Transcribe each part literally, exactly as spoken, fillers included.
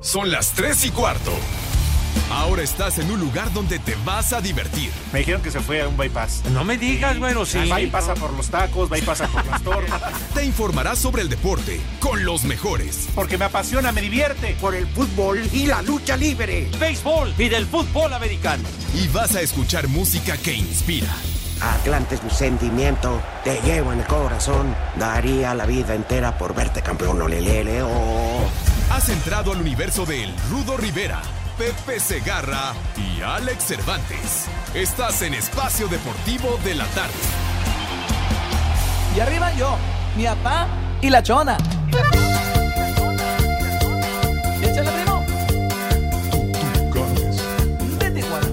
Son las tres y cuarto. Ahora estás en un lugar donde te vas a divertir. Me dijeron que se fue a un bypass. No me digas, bueno, sí. Va y pasa por los tacos, va y pasa por las tortas. Te informarás sobre el deporte con los mejores. Porque me apasiona, me divierte. Por el fútbol y la lucha libre. Béisbol y del fútbol americano. Y vas a escuchar música que inspira. Atlante es mi sentimiento, te llevo en el corazón. Daría la vida entera por verte campeón, olelele, oh. Has entrado al universo de El Rudo Rivera, Pepe Segarra y Alex Cervantes. Estás en Espacio Deportivo de la Tarde. Y arriba yo, mi papá y la chona. Échale, primo. De Tijuana.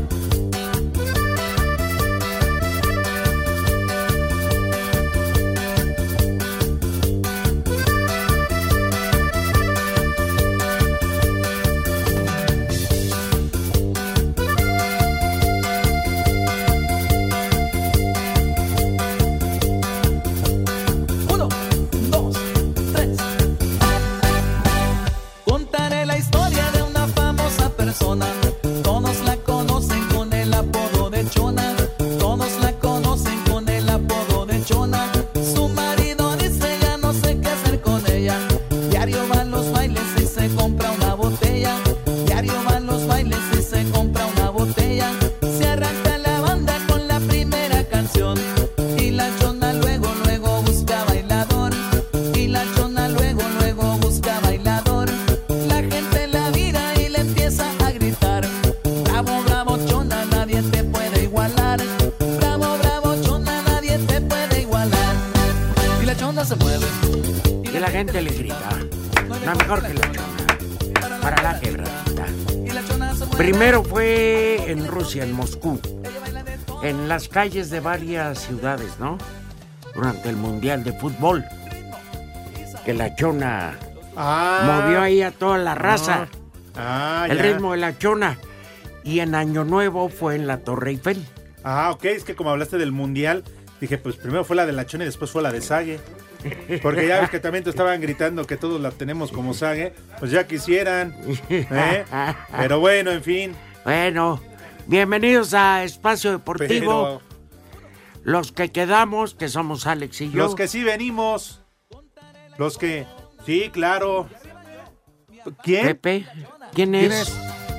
Todos la conocen con el apodo de Chona. Todos la conocen con el apodo de Chona. Su marido dice ya no sé qué hacer con ella. Diario va a los bailes y se compra una botella. Diario va a los bailes y se compra una botella. Se arranca la banda con la primera canción. Y la Chona luego, luego busca bailador. Y la Chona luego, luego busca bailador. La gente la mira y le empieza a gritar. Bravo, bravo, Chona, nadie te puede igualar. Bravo, bravo, Chona, nadie te puede igualar. Y la Chona se mueve. Y la gente le grita. No mejor que la Chona. Para la quebradita. Primero fue en Rusia, en Moscú. En las calles de varias ciudades, ¿no? Durante el Mundial de Fútbol. Que la Chona Ah. movió ahí a toda la raza. Ah, el ya. ritmo de la Chona. Y en Año Nuevo fue en la Torre Eiffel. Ah, ok, es que como hablaste del mundial, dije, pues primero fue la de la Chona y después fue la de Sague. Porque ya ves que también te estaban gritando que todos la tenemos como Sague. Pues ya quisieran. ¿eh? Pero bueno, en fin. Bueno, bienvenidos a Espacio Deportivo. Pero Los que quedamos, que somos Alex y yo. los que sí venimos. Los que... Sí, claro. ¿Quién? Pepe, ¿quién es? ¿Quién es?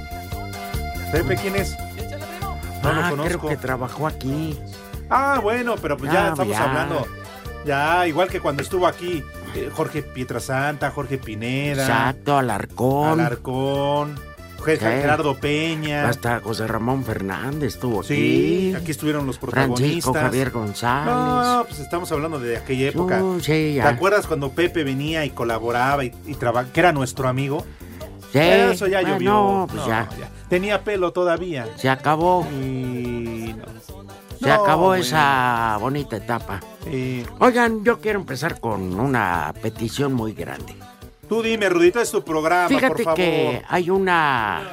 Pepe, ¿quién es? No ah, lo conozco. creo que trabajó aquí. Ah, bueno, pero pues ya Ah, estamos ya. hablando. Ya, igual que cuando estuvo aquí eh, Jorge Pietrasanta, Jorge Pineda. Exacto, Alarcón. Alarcón. Ger- Sí. Gerardo Peña. Hasta José Ramón Fernández estuvo Sí, aquí. aquí estuvieron los protagonistas. Francisco Javier González. No, pues estamos hablando de aquella época. Uh, sí, ya. ¿Te acuerdas cuando Pepe venía y colaboraba y, y trabajaba, que era nuestro amigo? Sí. Eso ya Bueno, llovió. No, pues No, ya. Tenía pelo todavía. Se acabó. Y no. Se No, acabó bueno. esa bonita etapa. Sí. Oigan, yo quiero empezar con una petición muy grande. Tú dime, Rudito, es tu programa, Fíjate por favor. que hay una...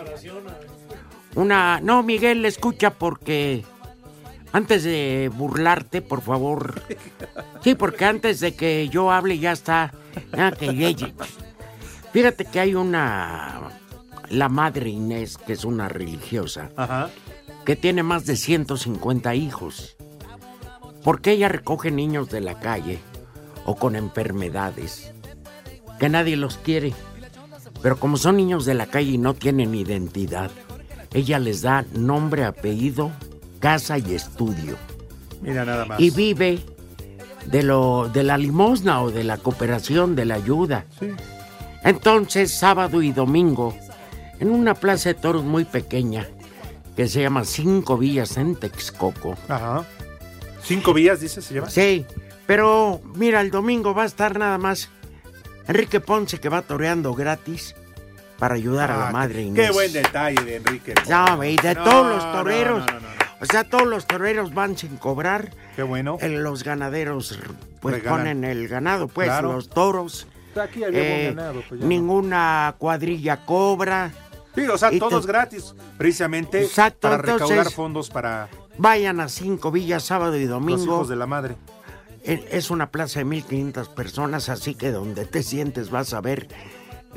Una... No, Miguel, escucha porque... Antes de burlarte, por favor. Sí, porque antes de que yo hable ya está... Ya que llegue. Fíjate que hay una... La madre Inés, que es una religiosa, Ajá. que tiene más de ciento cincuenta hijos. Porque ella recoge niños de la calle o con enfermedades que nadie los quiere. Pero como son niños de la calle y no tienen identidad, ella les da nombre, apellido, casa y estudio. Mira nada más. Y vive de lo de la limosna o de la cooperación, de la ayuda. Sí. Entonces, sábado y domingo, en una plaza de toros muy pequeña, que se llama Cinco Villas en Texcoco. Ajá. ¿Cinco vías, dices, se llama? Sí, pero mira, el domingo va a estar nada más Enrique Ponce, que va toreando gratis para ayudar a la Ah, madre qué, Inés. qué buen detalle de Enrique. No, y de No, todos los no, toreros. no, no, no, no. O sea, todos los toreros van sin cobrar. Qué bueno. En los ganaderos pues Regalan. ponen el ganado, pues Claro. los toros. Aquí había eh, buen ganado, pues ya no. ninguna cuadrilla cobra. Sí, o sea, y todos te- gratis, precisamente Exacto, para entonces- recaudar fondos para Vayan a Cinco Villas sábado y los domingo. hijos de la madre. Eh, Es una plaza de mil quinientas personas, así que donde te sientes vas a ver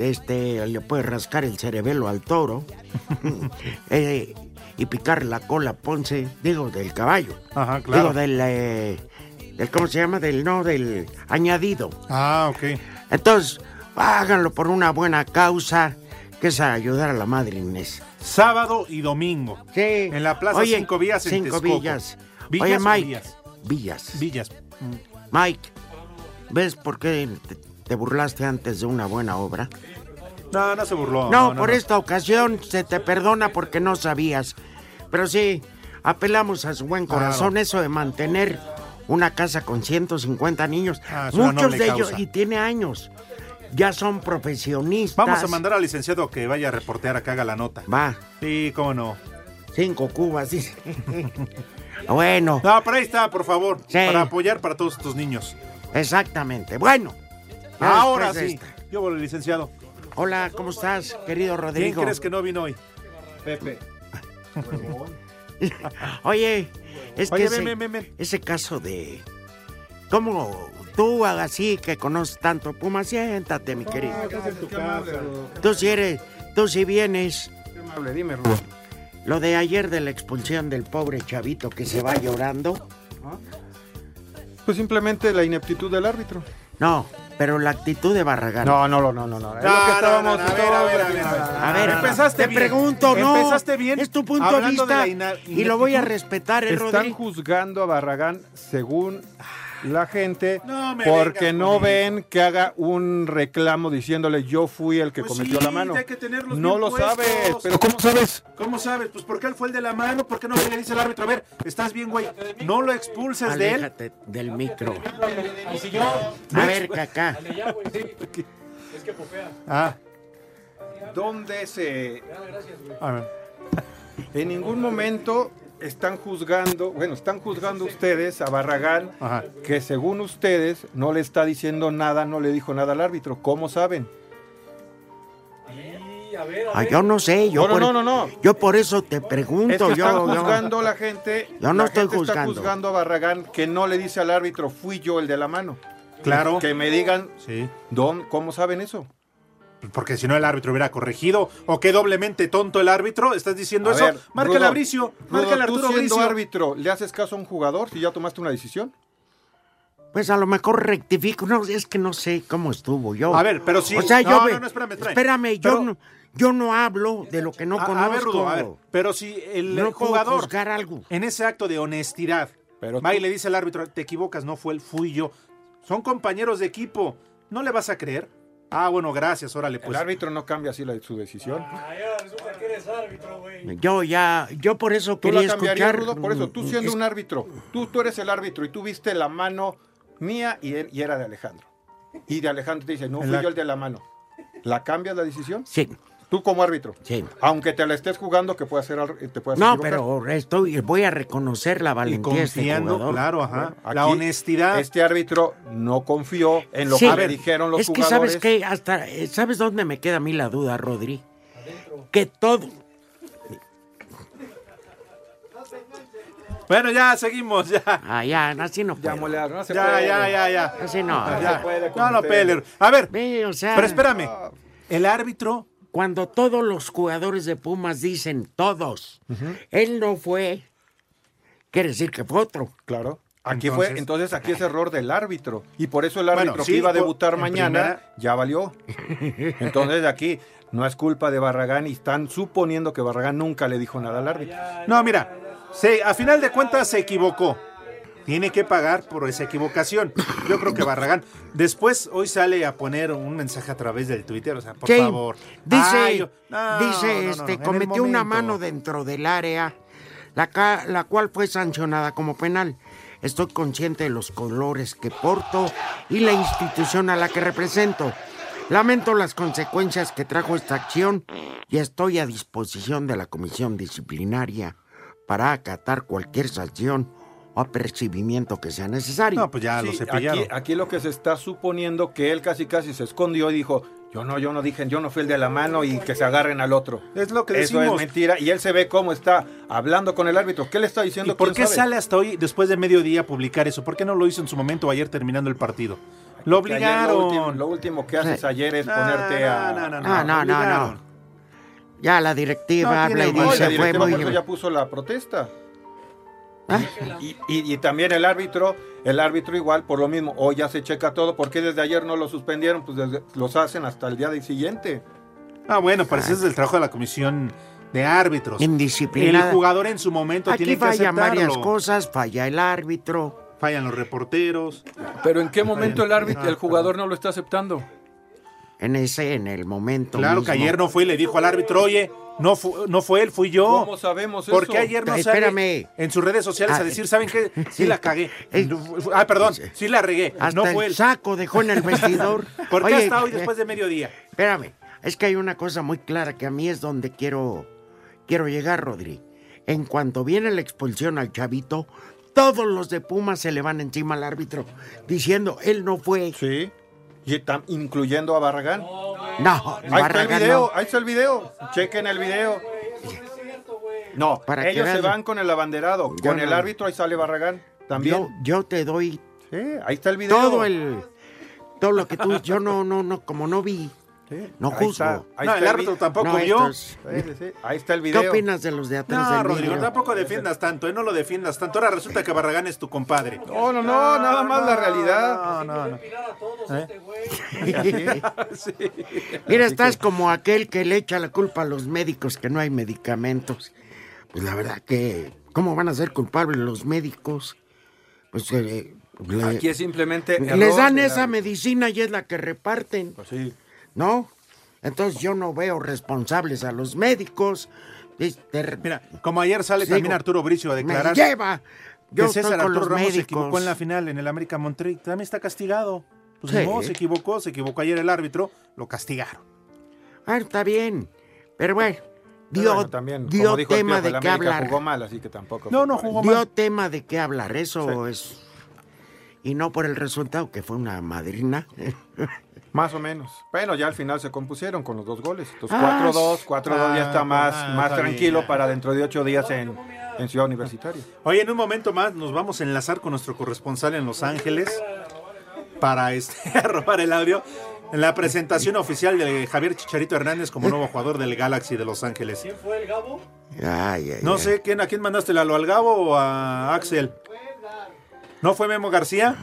este, le puede rascar el cerebelo al toro eh, y picar la cola Ponce, digo, del caballo. Ajá, claro. Digo, del, eh, del, ¿cómo se llama? Del, no, del añadido. Ah, ok. Entonces, háganlo por una buena causa, que es ayudar a la madre Inés. Sábado y domingo. Sí. En la Plaza Oye, Cinco Villas en Cinco Texcoco. Villas. ¿Villas Oye, o Mike. Villas? Villas. Villas. Mike, ¿ves por qué te, te burlaste antes de una buena obra? No, no se burló. No, no, no por no. esta ocasión se te perdona porque no sabías. Pero sí, apelamos a su buen corazón, Claro. eso de mantener una casa con ciento cincuenta niños. Ah, es una Muchos noble de ellos, causa. y tiene años, ya son profesionistas. Vamos a mandar al licenciado que vaya a reportear a que haga la nota. Va, Sí, cómo no. cinco cubas, dice. Bueno, No, pero ahí está, por favor. Sí. Para apoyar para todos estos niños. exactamente. Bueno. ya Ahora después de sí. esta. Yo voy, licenciado. Hola, ¿cómo estás, querido ¿Quién Rodrigo? crees que no vino hoy? Pepe. Oye, es Oye, que ven, ese, ven, ven, ven. ese caso de... ¿Cómo tú, así que conoces tanto Puma? Siéntate, mi querido. Tú si eres, tú si vienes. Hable, dime, Rudo. Lo de ayer de la expulsión del pobre chavito que se va llorando. Pues simplemente la ineptitud del árbitro. No, pero la actitud de Barragán. No, no, no, no, no. no. Es No, lo que no, estábamos. no, no, a ver, a ver, a ver, a ver. A ver, Empezaste te bien. pregunto, no. Empezaste bien. Es tu punto de hablando vista la ina- y lo voy a ineptitud. respetar, ¿eh, Están Rodrigo? juzgando a Barragán según la gente No me porque vengas no con ven que haga un reclamo diciéndole yo fui el que Pues cometió sí, la mano. hay que tenerlos No bien lo puestos. sabes, pero ¿cómo sabes? ¿Cómo sabes? Pues porque él fue el de la mano, ¿por qué no le dice el árbitro? A ver, estás bien, güey. No lo expulses de él. Aléjate del micro. A ver, Cacá. Ah, ¿Dónde se a ver. En ningún momento están juzgando, bueno, están juzgando ustedes a Barragán, Ajá. que según ustedes no le está diciendo nada, no le dijo nada al árbitro. ¿Cómo saben? Ah, yo no sé, yo No, no, por, no, no, no. yo por eso te Es pregunto. que están yo, yo- juzgando la gente. Yo no la estoy gente está juzgando. juzgando a Barragán que no le dice al árbitro, fui yo el de la mano. Claro. Que me digan, Sí. don, ¿cómo saben eso? Porque si no el árbitro hubiera corregido. O qué doblemente tonto el árbitro. ¿Estás diciendo A eso? ver, Márcale Rudo, a Bricio. Márcale a Rudo, Arturo tú siendo Bricio. árbitro, ¿le haces caso a un jugador si ya tomaste una decisión? Pues a lo mejor rectifico, no, es que no sé cómo estuvo yo. A ver, pero sí. O sea, No, yo no, ve- no, espérame, espérame. espérame, yo Pero- no, yo no hablo de lo que no A- conozco. A, ver, Rudo, a ver. Pero si el No puedo jugador juzgar algo. en ese acto de honestidad Pero va tú- y le dice al árbitro, te equivocas, no fue él, fui yo. Son compañeros de equipo. ¿No le vas a creer? Ah, bueno, gracias, órale, El pues. árbitro no cambia así la, su decisión. Yo ya, yo por eso ¿Tú quería la cambiarías, escuchar. Rudo? Por eso, tú siendo es- un árbitro, tú, tú eres el árbitro y tú viste la mano mía y, él- y era de Alejandro. Y de Alejandro te dice, no En fui la- yo el de la mano. ¿La cambias la decisión? Sí, Tú como árbitro. sí. Aunque te la estés jugando, que puede hacer, te puedes No, equivocar. pero estoy, voy a reconocer la Y valentía de este confiando, jugador. claro, ajá. Aquí, la honestidad. Este árbitro no confió en lo Sí. que A le ver, dijeron los es que jugadores. sabes que hasta, eh, ¿sabes dónde me queda a mí la duda, Rodri? Que todo, Bueno, ya, seguimos, ya. ah, ya, así no Ya, puedo. molear, no se Ya, puede. ya, ya, ya. Así no. No Ya. se puede con No, no, ustedes. Peler. A ver, Ve, o sea, pero espérame. El árbitro, cuando todos los jugadores de Pumas dicen todos, él no fue, quiere decir que fue otro. Claro. Aquí Entonces- fue, entonces aquí es error del árbitro. Y por eso el árbitro Bueno, sí, que iba a por- debutar en mañana primera- ya valió. Entonces aquí no es culpa de Barragán y están suponiendo que Barragán nunca le dijo nada al árbitro. no, mira, se, a final de cuentas se equivocó. Tiene que pagar por esa equivocación. Yo creo que Barragán. Después, hoy sale a poner un mensaje a través del Twitter. O sea, por Sí, favor. Dice, Ay, yo- no, dice, no, no, no, este, en el cometió una momento. mano dentro del área, la, ca- la cual fue sancionada como penal. Estoy consciente de los colores que porto y la institución a la que represento. Lamento las consecuencias que trajo esta acción y estoy a disposición de la comisión disciplinaria para acatar cualquier sanción o apercibimiento que sea necesario. No, pues ya lo Sí, cepillaron. aquí, aquí lo que se está suponiendo que él casi casi se escondió y dijo, yo no, yo no dije, yo no fui el de la mano y que se agarren al otro. Es lo que Eso decimos. es mentira. Y él se ve cómo está hablando con el árbitro. ¿Qué le está diciendo? ¿Y por ¿Quién qué sabe? sale hasta hoy, después de mediodía, a publicar eso? ¿Por qué no lo hizo en su momento o ayer terminando el partido? Lo Porque ayer obligaron. Lo último, lo último que haces ayer es No, ponerte a... no, no, no, No, no, no, obligaron. no. Ya la directiva No, habla y tiene- No, y la dice, fue directiva muy... por eso ya puso la protesta. ¿Ah? Y, y- y también el árbitro, el árbitro igual, por lo mismo, hoy ya se checa todo, ¿por qué desde ayer no lo suspendieron? Pues desde- los hacen hasta el día del siguiente. Ah, bueno, pero ese es el trabajo de la comisión de árbitros. Indisciplinada. El jugador en su momento Aquí tiene que fallan aceptarlo. varias cosas, falla el árbitro. Fallan los reporteros. Pero ¿en qué momento el árbitro, el jugador no lo está aceptando? En ese, en el momento Claro mismo. que ayer no fue y le dijo al árbitro, oye, no, fu- no fue él, fui yo. ¿Cómo sabemos eso? ¿Por qué ayer no Ay, sale espérame. en sus redes sociales Ah, a decir, ¿saben qué? Sí la cagué. eh, Ah, perdón, sí la regué. Hasta No fue el él. saco dejó en el vestidor. ¿Por qué Oye, hasta hoy eh, después de mediodía? Espérame, es que hay una cosa muy clara que a mí es donde quiero, quiero llegar, Rodri. En cuanto viene la expulsión al chavito, todos los de Pumas se le van encima al árbitro, diciendo, él no fue. Sí, y tam- incluyendo a Barragán. No, Ahí está el Barragán video, no. ahí está el video. Chequen el video. No, Para que ellos se veas- van con el abanderado. Yo Con el no. árbitro ahí sale Barragán. También. Yo, yo te doy Sí, ahí está el video. todo el, todo lo que tú, yo no, no, no, como no vi, Sí, no ahí juzgo. está, ahí No, está el árbitro vi- tampoco No, vio. estos- Sí, sí, sí, ahí está el ¿Qué video. opinas de los de atrás No, del Rodrigo, vidrio? tampoco defiendas tanto, ¿eh? No lo defiendas tanto. Ahora resulta que Barragán es tu compadre. No, no, no, nada más la realidad. No, no, no. Mira, estás como aquel que le echa la culpa a los médicos que no hay medicamentos. Pues la verdad que, ¿cómo van a ser culpables los médicos? Pues eh, le- Aquí es simplemente les error dan de la- esa medicina y es la que reparten, Pues sí. ¿no? Entonces yo no veo responsables a los médicos. Este, Mira, como ayer sale Sigo. también Arturo Bricio a me declarar lleva. Yo que estoy César con Arturo los Ramos se médicos. equivocó en la final en el América Monterrey. También está castigado. Pues Sí. ni modo, se equivocó, se equivocó ayer el árbitro, lo castigaron. Ah, está bien. Pero bueno, dio, Bueno, también, dio como dijo el tema Piojo, el de qué América hablar. jugó mal, así que tampoco. No, no jugó Dio mal. tema de qué hablar, eso es. Y no por el resultado, que fue una madrina. Más o menos. Bueno, ya al final se compusieron con los dos goles. Entonces Ah, cuatro dos, cuatro dos ya está ah, más, ah, más está tranquilo bien. para dentro de ocho días en, en Ciudad Universitaria. Oye, en un momento más nos vamos a enlazar con nuestro corresponsal en Los Ángeles para este, robar el audio en la presentación oficial de Javier Chicharito Hernández como nuevo jugador del Galaxy de Los Ángeles. Ay, ay, No ay. sé, ¿quién, ¿a quién mandaste, Lalo? ¿Al Gabo o a Axel? ¿No fue Memo García?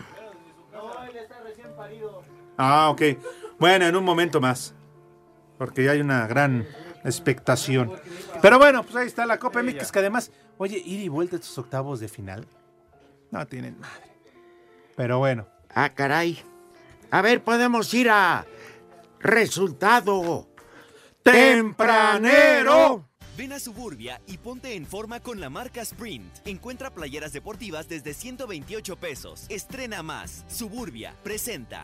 Ah, ok. Bueno, en un momento más. Porque ya hay una gran expectación. Pero bueno, pues ahí está la Copa M X, que además, oye, ir y vuelta a estos octavos de final. No tienen madre. Pero bueno. Ah, caray. A ver, podemos ir a resultado tempranero. Ven a Suburbia y ponte en forma con la marca Sprint. Encuentra playeras deportivas desde ciento veintiocho pesos. Estrena más. Suburbia presenta.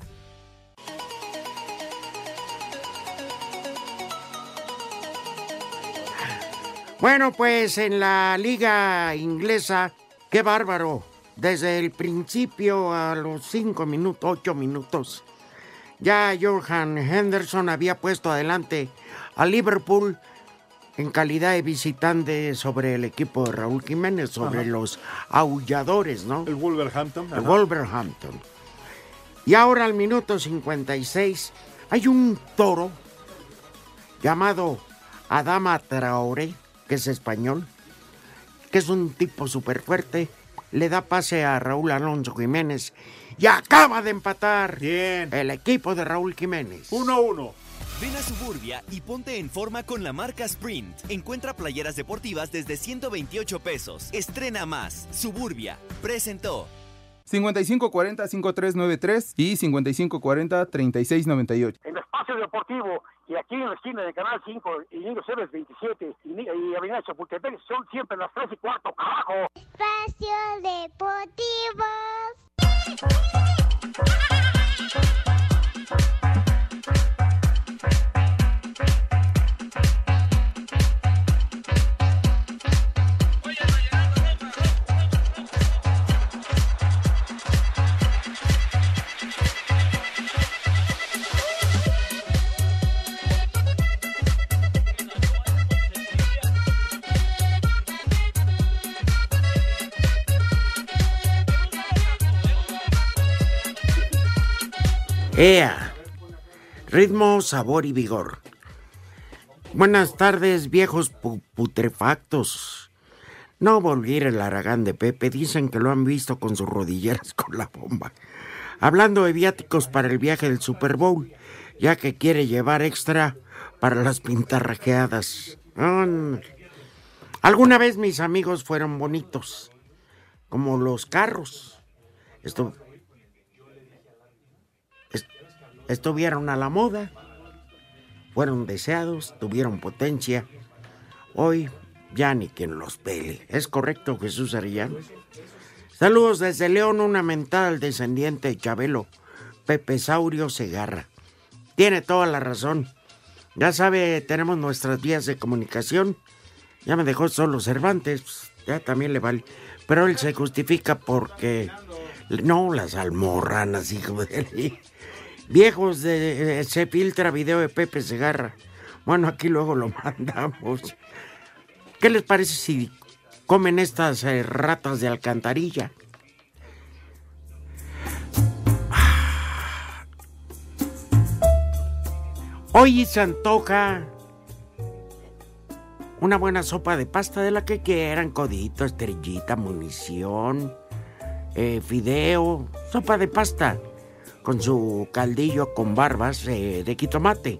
Bueno, pues en la liga inglesa, qué bárbaro. Desde el principio a los cinco minutos, ocho minutos, ya Jordan Henderson había puesto adelante a Liverpool en calidad de visitante sobre el equipo de Raúl Jiménez, sobre Ajá. los aulladores, ¿no? El Wolverhampton. El ajá. Wolverhampton. Y ahora al minuto cincuenta y seis hay un toro llamado Adama Traoré, que es español, que es un tipo súper fuerte, le da pase a Raúl Alonso Jiménez y acaba de empatar Bien. el equipo de Raúl Jiménez. uno uno. Ven a Suburbia y ponte en forma con la marca Sprint. Encuentra playeras deportivas desde ciento veintiocho pesos. Estrena más. Suburbia presentó. cincuenta y cinco cuarenta, cincuenta y tres noventa y tres y cincuenta y cinco cuarenta, treinta y seis noventa y ocho. En Espacio Deportivo y aquí en la esquina de Canal cinco y Niño Ceres veintisiete y, Ni- y Avenida Chapultepec son siempre las tres y cuarto, carajo. Espacio Deportivo. Ea. Ritmo, sabor y vigor. Buenas tardes, viejos pu- putrefactos. No volví el Aragán de Pepe. Dicen que lo han visto con sus rodilleras con la bomba. Hablando de viáticos para el viaje del Super Bowl, ya que quiere llevar extra para las pintarrajeadas. Mm. Alguna vez mis amigos fueron bonitos, como los carros. Esto... Estuvieron a la moda, fueron deseados, tuvieron potencia. Hoy ya ni quien los pele. ¿Es correcto, Jesús Arellano? Saludos desde León, una mentada al descendiente de Chabelo, Pepe Saurio Segarra. Tiene toda la razón. Ya sabe, tenemos nuestras vías de comunicación. Ya me dejó solo Cervantes, pues, ya también le vale. Pero él se justifica porque... No, las almorranas, hijo de él. Viejos, de, eh, se filtra video de Pepe Segarra. Bueno, aquí luego lo mandamos. ¿Qué les parece si comen estas eh, ratas de alcantarilla? Hoy se antoja una buena sopa de pasta de la que quieran, codito, estrellita, munición, eh, fideo, sopa de pasta con su caldillo con barbas eh, de jitomate.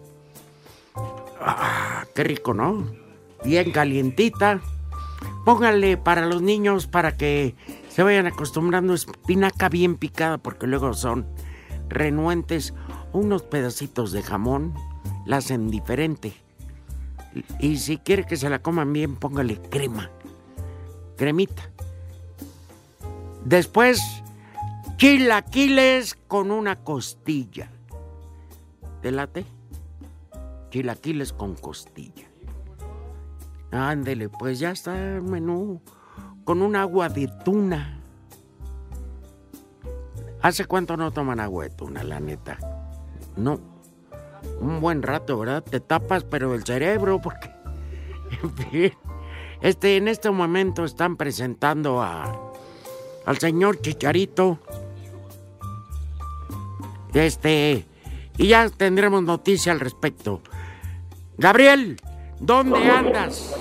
Ah, qué rico, ¿no? Bien calientita. Pónganle para los niños para que se vayan acostumbrando espinaca bien picada, porque luego son renuentes. Unos pedacitos de jamón la hacen diferente. Y si quiere que se la coman bien, póngale crema. Cremita. Después, chilaquiles con una costilla. ¿Te late? Chilaquiles con costilla. Ándele, pues ya está el menú. Con un agua de tuna. ¿Hace cuánto no toman agua de tuna, la neta? No. Un buen rato, ¿verdad? Te tapas, pero el cerebro, porque... En fin. Este, en este momento están presentando a... al señor Chicharito. Este... Y ya tendremos noticia al respecto. Gabriel, ¿dónde andas?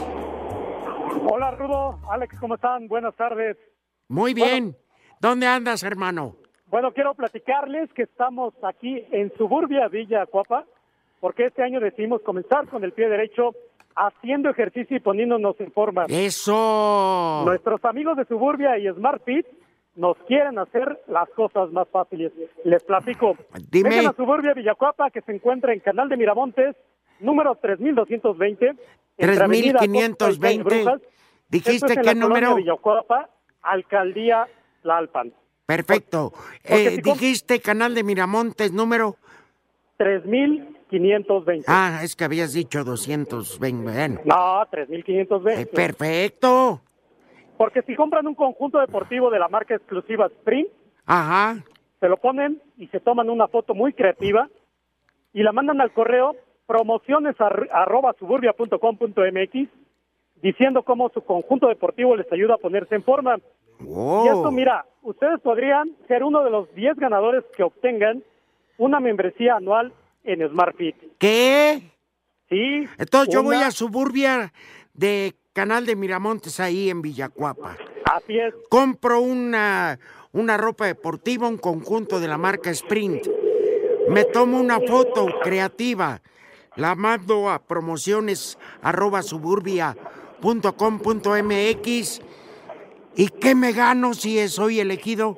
Hola, Rudo. Alex, ¿cómo están? Buenas tardes. Muy bien. Bueno, ¿dónde andas, hermano? Bueno, quiero platicarles que estamos aquí en Suburbia Villa Cuapa, porque este año decidimos comenzar con el pie derecho, haciendo ejercicio y poniéndonos en forma. ¡Eso! Nuestros amigos de Suburbia y Smart Fit nos quieren hacer las cosas más fáciles. Les platico. Dime. Vengan a Suburbia Villacuapa, que se encuentra en Canal de Miramontes, número tres mil doscientos veinte. tres mil quinientos veinte. ¿Dijiste es qué número? Villacuapa, Alcaldía Tlalpan. Perfecto. Porque eh, si ¿Dijiste Canal de Miramontes número? tres mil quinientos veinte. Ah, es que habías dicho doscientos veinte. Bueno. No, tres mil quinientos veinte. Eh, perfecto. Porque si compran un conjunto deportivo de la marca exclusiva Sprint, ajá, se lo ponen y se toman una foto muy creativa y la mandan al correo promociones arroba suburbia punto com punto mx diciendo cómo su conjunto deportivo les ayuda a ponerse en forma. Wow. Y esto, mira, ustedes podrían ser uno de los diez ganadores que obtengan una membresía anual en Smart Fit. ¿Qué? Sí. Entonces yo una... voy a Suburbia de Canal de Miramontes ahí en Villacuapa. Así es. Compro una, una ropa deportiva, un conjunto de la marca Sprint. Me tomo una foto creativa. La mando a promociones arroba suburbia punto com punto mx. ¿Y qué me gano si soy elegido?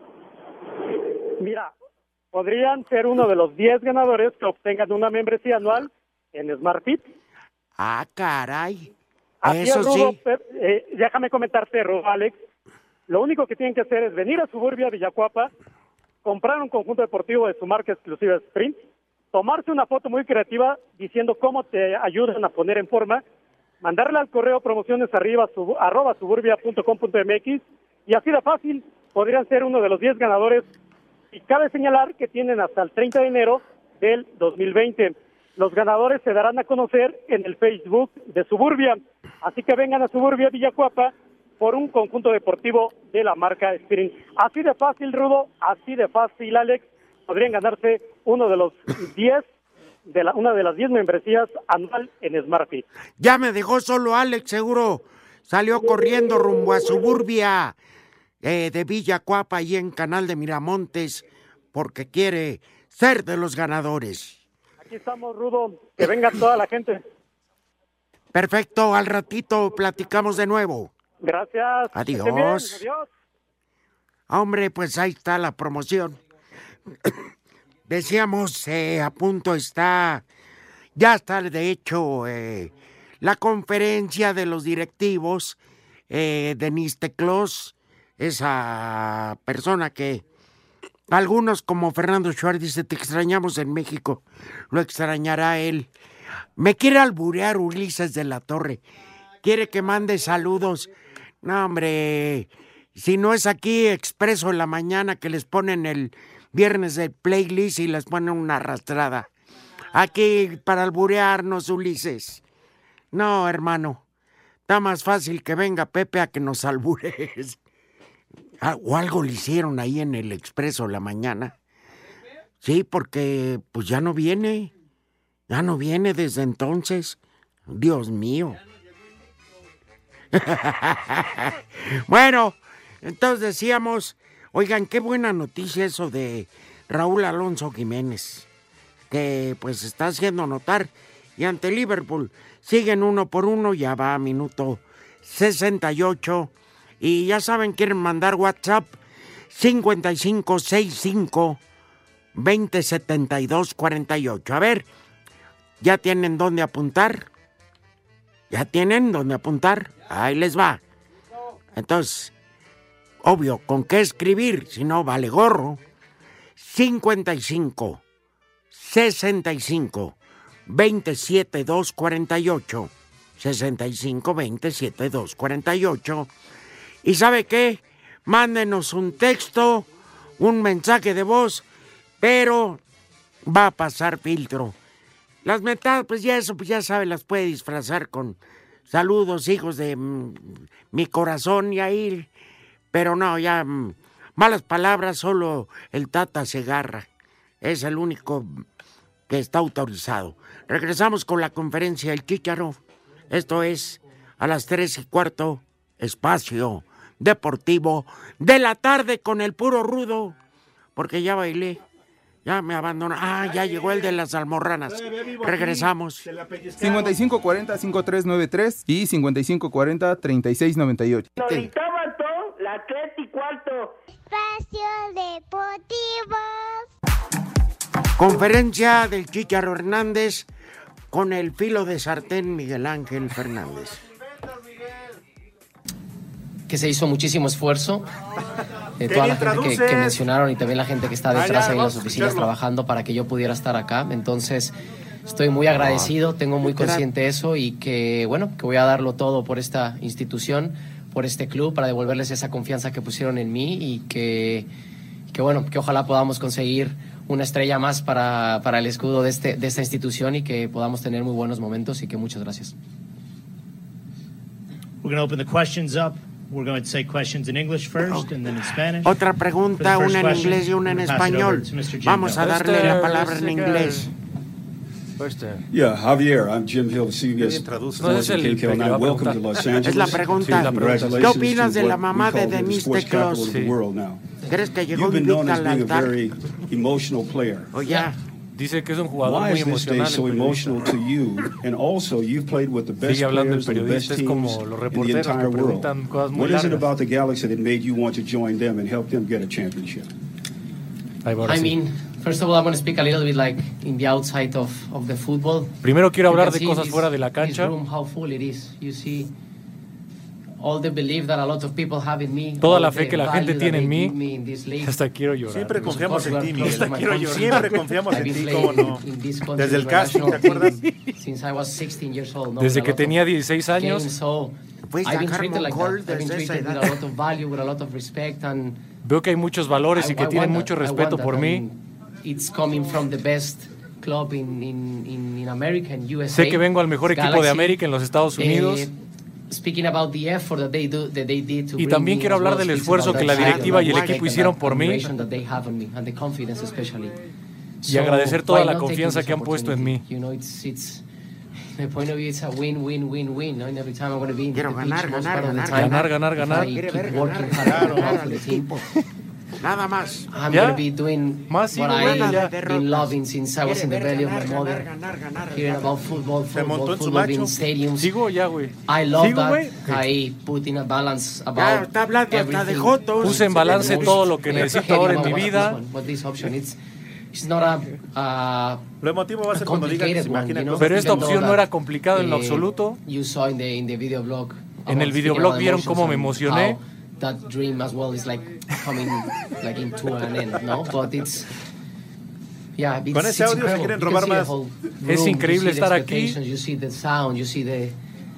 Mira, podrían ser uno de los diez ganadores que obtengan una membresía anual en Smart Fit. Ah, caray. Así Eso es, Rudo, sí. Pero, eh, déjame comentarte, Rudo, Alex. Lo único que tienen que hacer es venir a Suburbia Villacuapa, comprar un conjunto deportivo de su marca exclusiva Sprint, tomarse una foto muy creativa diciendo cómo te ayudan a poner en forma, mandarle al correo promociones arriba, sub, arroba suburbia punto com punto mx y así de fácil podrían ser uno de los diez ganadores. Y cabe señalar que tienen hasta el treinta de enero del dos mil veinte. Los ganadores se darán a conocer en el Facebook de Suburbia. Así que vengan a Suburbia Villacuapa por un conjunto deportivo de la marca Sprint. Así de fácil, Rudo, así de fácil, Alex, podrían ganarse uno de los diez, de la, una de las diez membresías anual en SmartFit. Ya me dejó solo Alex, seguro salió corriendo rumbo a Suburbia eh, de Villacuapa y en Canal de Miramontes porque quiere ser de los ganadores. Aquí estamos, Rudo, que venga toda la gente. Perfecto, al ratito platicamos de nuevo. Gracias. Adiós. Estén bien, adiós. Hombre, pues ahí está la promoción. Decíamos, eh, a punto está, ya está de hecho eh, la conferencia de los directivos, eh, Denise Teclos, esa persona que algunos como Fernando Schwartz dice, te extrañamos en México, lo extrañará él. Me quiere alburear Ulises de la Torre, quiere que mande saludos. No, hombre, si no es aquí Expreso en la mañana que les ponen el viernes del playlist y les ponen una arrastrada. Aquí para alburearnos, Ulises. No, hermano, está más fácil que venga Pepe a que nos alburees. O algo le hicieron ahí en el Expreso en la mañana. Sí, porque pues ya no viene. Ya no viene desde entonces. Dios mío. Bueno, entonces decíamos, oigan, qué buena noticia eso de Raúl Alonso Jiménez, que pues está haciendo notar, y ante Liverpool siguen uno por uno, ya va a minuto sesenta y ocho, y ya saben, quieren mandar WhatsApp cincuenta y cinco sesenta y cinco veinte setenta y dos cuarenta y ocho. A ver, ¿ya tienen dónde apuntar? ¿Ya tienen dónde apuntar? Ahí les va. Entonces, obvio, ¿con qué escribir? Si no, vale gorro. cincuenta y cinco sesenta y cinco veinte setenta y dos cuarenta y ocho. sesenta y cinco veinte setenta y dos cuarenta y ocho. ¿Y sabe qué? Mándenos un texto, un mensaje de voz, pero va a pasar filtro. Las metadas, pues ya eso, pues ya sabe, las puede disfrazar con saludos, hijos de mm, mi corazón y ahí, pero no, ya mm, malas palabras, solo el Tata Segarra es el único que está autorizado. Regresamos con la conferencia del Chícharo. Esto es a las tres y cuarto, Espacio Deportivo de la tarde con el puro rudo, porque ya bailé. Ya me abandonó. Ah, ya llegó el de las almorranas. Regresamos. cincuenta y cinco cuarenta, cincuenta y tres noventa y tres y cincuenta y cinco cuarenta, treinta y seis noventa y ocho. Gritaban todo, la tres y cuarto. Espacio Deportivo. Conferencia del Chícharo Hernández con el filo de sartén Miguel Ángel Fernández. Que se hizo muchísimo esfuerzo de toda la gente que, que mencionaron y también la gente que está detrás ahí en las oficinas trabajando para que yo pudiera estar acá. Entonces estoy muy agradecido, tengo muy consciente eso y que bueno, que voy a darlo todo por esta institución, por este club, para devolverles esa confianza que pusieron en mí y que, que bueno, que ojalá podamos conseguir una estrella más para, para el escudo de, este, de esta institución y que podamos tener muy buenos momentos y que muchas gracias. We're going to open the questions up. We're going to take questions in English first and then in Spanish. Otra pregunta, una en inglés y una en español. Vamos a darle la palabra en inglés. Yeah, Javier, I'm Jim Hill, the C B S Sports and K K L nine. Welcome to Los Angeles. Es la pregunta. ¿Qué opinas de la mamá de Denise Teclos? ¿Crees que llegó invicta al altar? O ya. Dice que es un jugador muy emocional. Sigue hablando el periodista, es como los reporteros que preguntan cosas muy largas. I mean, first of all, I'm going to speak a little bit like in the outside of, of the football. Primero quiero hablar de cosas fuera de la cancha. Room, how full it is. You see all the belief that a lot of people have in me. Toda la fe que la gente tiene en mí. Hasta quiero llorar. Siempre confiamos en ti, Miguel. Hasta quiero llorar. Siempre confiamos en ti, ¿cómo no? Desde el casting, ¿te acuerdas? Since I was sixteen years old. Desde que tenía dieciséis años. I've been treated like that. I've been treated with a lot of value, with a lot of respect and veo que hay muchos valores y que tienen mucho respeto por mí. It's coming from the best club in, in, in America, in U S A. Sé que vengo al mejor equipo de América en los Estados Unidos. Eh, Speaking about the effort that they do, that they did to Y bring también me quiero as hablar well, del speaks esfuerzo about que la that directiva y el respect equipo and hicieron that por mí. admiration that they have on me, and the confidence especially. Y agradecer toda why la not take confianza this que han puesto en mí. opportunity? You know, it's, it's, my point of view, it's a win, win, win, win. No? And every time I'm going to be in Quiero the ganar, pitch, most ganar, part of the ganar, time, ganar, ganar, if ganar. I Quiere keep ver working ganar, hard ganar for al the team, equipo. Nada más. I'm ¿Ya? going to be doing Más what sigo, bueno, I've ya. been loving since I was in the belly of my mother. Ganar, ganar, Hearing about football, Se montó football, en su football, being macho. stadiums. ¿Sigo ya, güey? I love ¿Sigo, that. güey? I put in a balance Ya about está hablando hasta de everything. jotos. Puse en balance todo lo que necesito ahora en mi vida. But this option, it's, it's not a, uh, Lo emotivo va a ser cuando diga que se imagina cosas. Pero esta Even opción though no era that, complicada en lo eh, absoluto. You saw in the, in the video blog En el about videoblog speaking vieron about cómo me emotions emocioné. and how that dream as well is like coming like into an end, no? But it's yeah, it's, Con ese it's audio se incredible. quieren You can robar see the más. whole Es room, increíble you see the estar aquí. expectations, You see the sound, you see the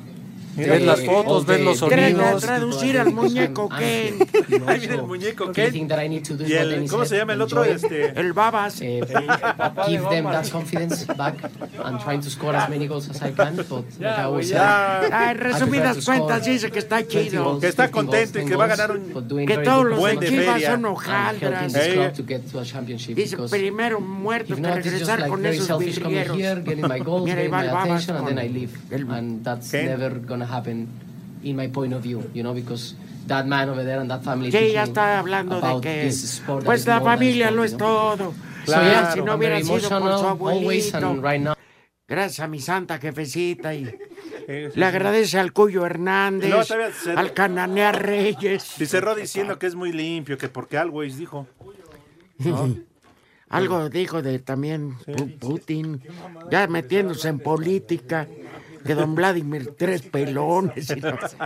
Ves las fotos, ves los sonidos. Traducir al muñeco Ken. Ahí viene el muñeco Ken. Everything that I need to do is Y what el, Dennis ¿cómo se said, llama el otro? enjoy it. Este, El babas. Eh, give them that confidence back and trying to score as many goals as I can. But like I always say, ya. Ah, en I prefer resumidas to score cuentas dice que está twenty chido. goals, Que está fifty goals, contento y ten que va a goals, ganar un- but doing Que very todos good los buen de de Chivas feria. son and helping hojaldras. this Ey. club to get to a championship Dice because primero muerto if que not, it's just regresar like con very esos selfish coming vidrieros. here, getting my goals, Mira, ahí getting va my el babas attention, and then I con leave. el- And that's ¿Qué? never gonna happen in my point of view, you know, because that man over there and that family is Sí, ya teaching está hablando de about que this sport that pues is la more than familia sport, lo you es know? todo. So yeah, Si no I'm hubiera very sido por su emotional always, abuelito. and right now Gracias a mi santa jefecita y sí, sí, le agradece al Cuyo Hernández, No, todavía se- al Cananea Reyes. Y cerró diciendo que es muy limpio, que porque Always dijo. ¿no? Algo dijo de también Pu- Putin, ya metiéndose en política, que don Vladimir tres pelones. y no sé.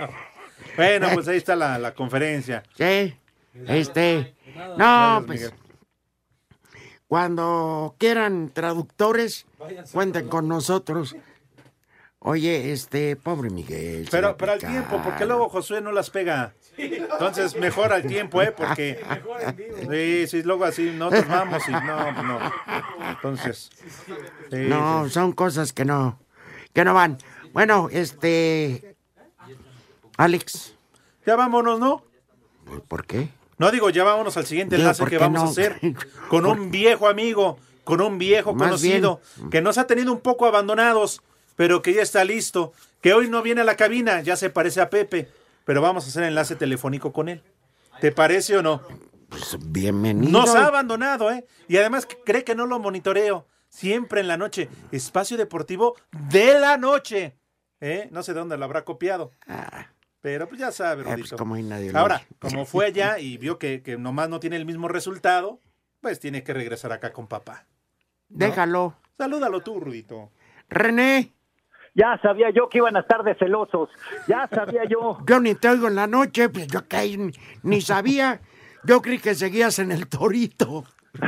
Bueno, pues ahí está la, la conferencia. Sí, este, no, Gracias, pues Miguel. cuando quieran traductores, cuenten con nosotros. Oye, este, pobre Miguel. se va Pero, a pero al picar. tiempo, porque luego Josué no las pega. Entonces, mejor al tiempo, ¿eh? Porque. Sí, sí, luego así, nosotros vamos y no, pues no. Entonces. sí, No, sí. son cosas que no, que no van. Bueno, este, Alex, Ya vámonos, ¿no? ¿por qué? No digo, ya vámonos al siguiente Digo, enlace ¿por que qué vamos no? a hacer con un viejo amigo, con un viejo Más conocido, que nos ha tenido un poco abandonados, pero que ya está listo, que hoy no viene a la cabina, ya se parece a Pepe, pero vamos a hacer enlace telefónico con él. ¿Te parece o no? Pues bienvenido. Nos ha abandonado, ¿eh? Y además cree que no lo monitoreo. Siempre en la noche. Espacio Deportivo de la noche. ¿Eh? No sé de dónde lo habrá copiado. Pero pues ya sabe, Eh, pues, Rodito. como ahí nadie lo Ahora, oye. como fue allá y vio que, que nomás no tiene el mismo resultado, pues tiene que regresar acá con papá. ¿no? Déjalo. Salúdalo tú, Rudito. René, Ya sabía yo que iban a estar de celosos. Ya sabía yo. yo ni te oigo en la noche, pues yo que ahí ni, ni sabía. Yo creí que seguías en el Torito.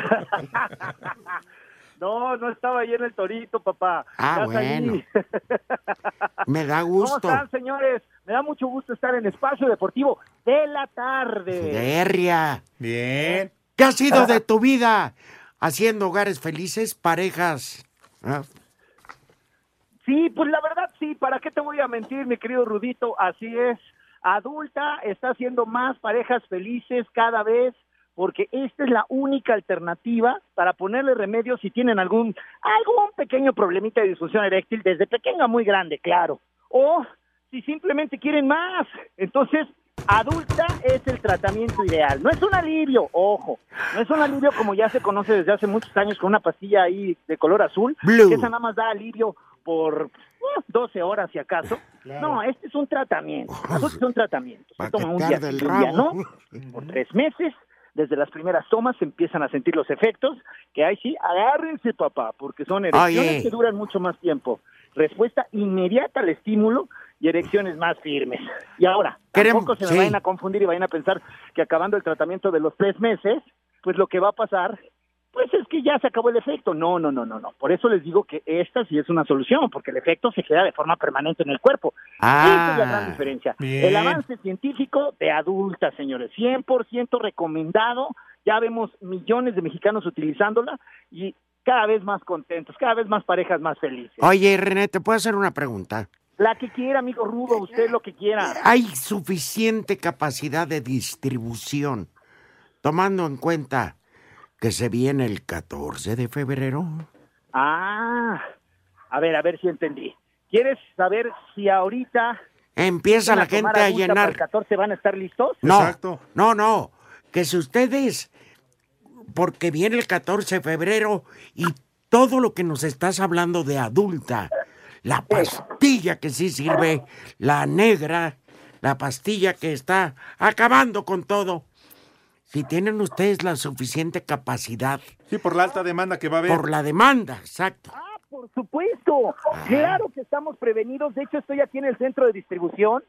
No, no estaba ahí en el Torito, papá. Ah, Ya bueno. salí. Me da ¿Cómo gusto. están, señores? Me da mucho gusto estar en Espacio Deportivo de la tarde. Derria. Bien. ¿Qué ha sido de tu vida? Haciendo hogares felices, parejas. ¿Ah? Sí, pues la verdad sí, ¿para qué te voy a mentir, mi querido Rudito? Así es, adulta está haciendo más parejas felices cada vez, porque esta es la única alternativa para ponerle remedio si tienen algún, algún pequeño problemita de disfunción eréctil, desde pequeño a muy grande, claro, o si simplemente quieren más. Entonces, adulta es el tratamiento ideal. No es un alivio, ojo, no es un alivio como ya se conoce desde hace muchos años con una pastilla ahí de color azul, Blue. que esa nada más da alivio por uh, doce horas si acaso. Claro. No, este es un tratamiento. Este es un tratamiento. Se Pa' toma que un te día, arde el sí, un día rabo. no, por tres meses. Desde las primeras tomas se empiezan a sentir los efectos, que ahí sí, agárrense, papá, porque son erecciones Oye. que duran mucho más tiempo. Respuesta inmediata al estímulo y erecciones más firmes. Y ahora, Queremos- tampoco se me sí. vayan a confundir y vayan a pensar que acabando el tratamiento de los tres meses, pues lo que va a pasar, pues es que ya se acabó el efecto. No, no, no, no, no. Por eso les digo que esta sí es una solución, porque el efecto se queda de forma permanente en el cuerpo. Ah. Esa es la gran diferencia. Bien. El avance científico de adultas, señores, cien por ciento recomendado. Ya vemos millones de mexicanos utilizándola y cada vez más contentos, cada vez más parejas más felices. Oye, René, ¿te puedo hacer una pregunta? La que quiera, amigo Rudo, usted lo que quiera. Hay suficiente capacidad de distribución, tomando en cuenta que se viene el catorce de febrero. Ah, a ver, a ver si entendí. ¿Quieres saber si ahorita empieza la gente a llenar? ¿Para el catorce van a estar listos? No, Exacto. no, no, que si ustedes, porque viene el catorce de febrero y todo lo que nos estás hablando de adulta, la pastilla que sí sirve, la negra, la pastilla que está acabando con todo. Si tienen ustedes la suficiente capacidad. Sí, por la alta demanda que va a haber. Por la demanda, exacto. Ah, por supuesto. Ah. Claro que estamos prevenidos. De hecho, estoy aquí en el centro de distribución.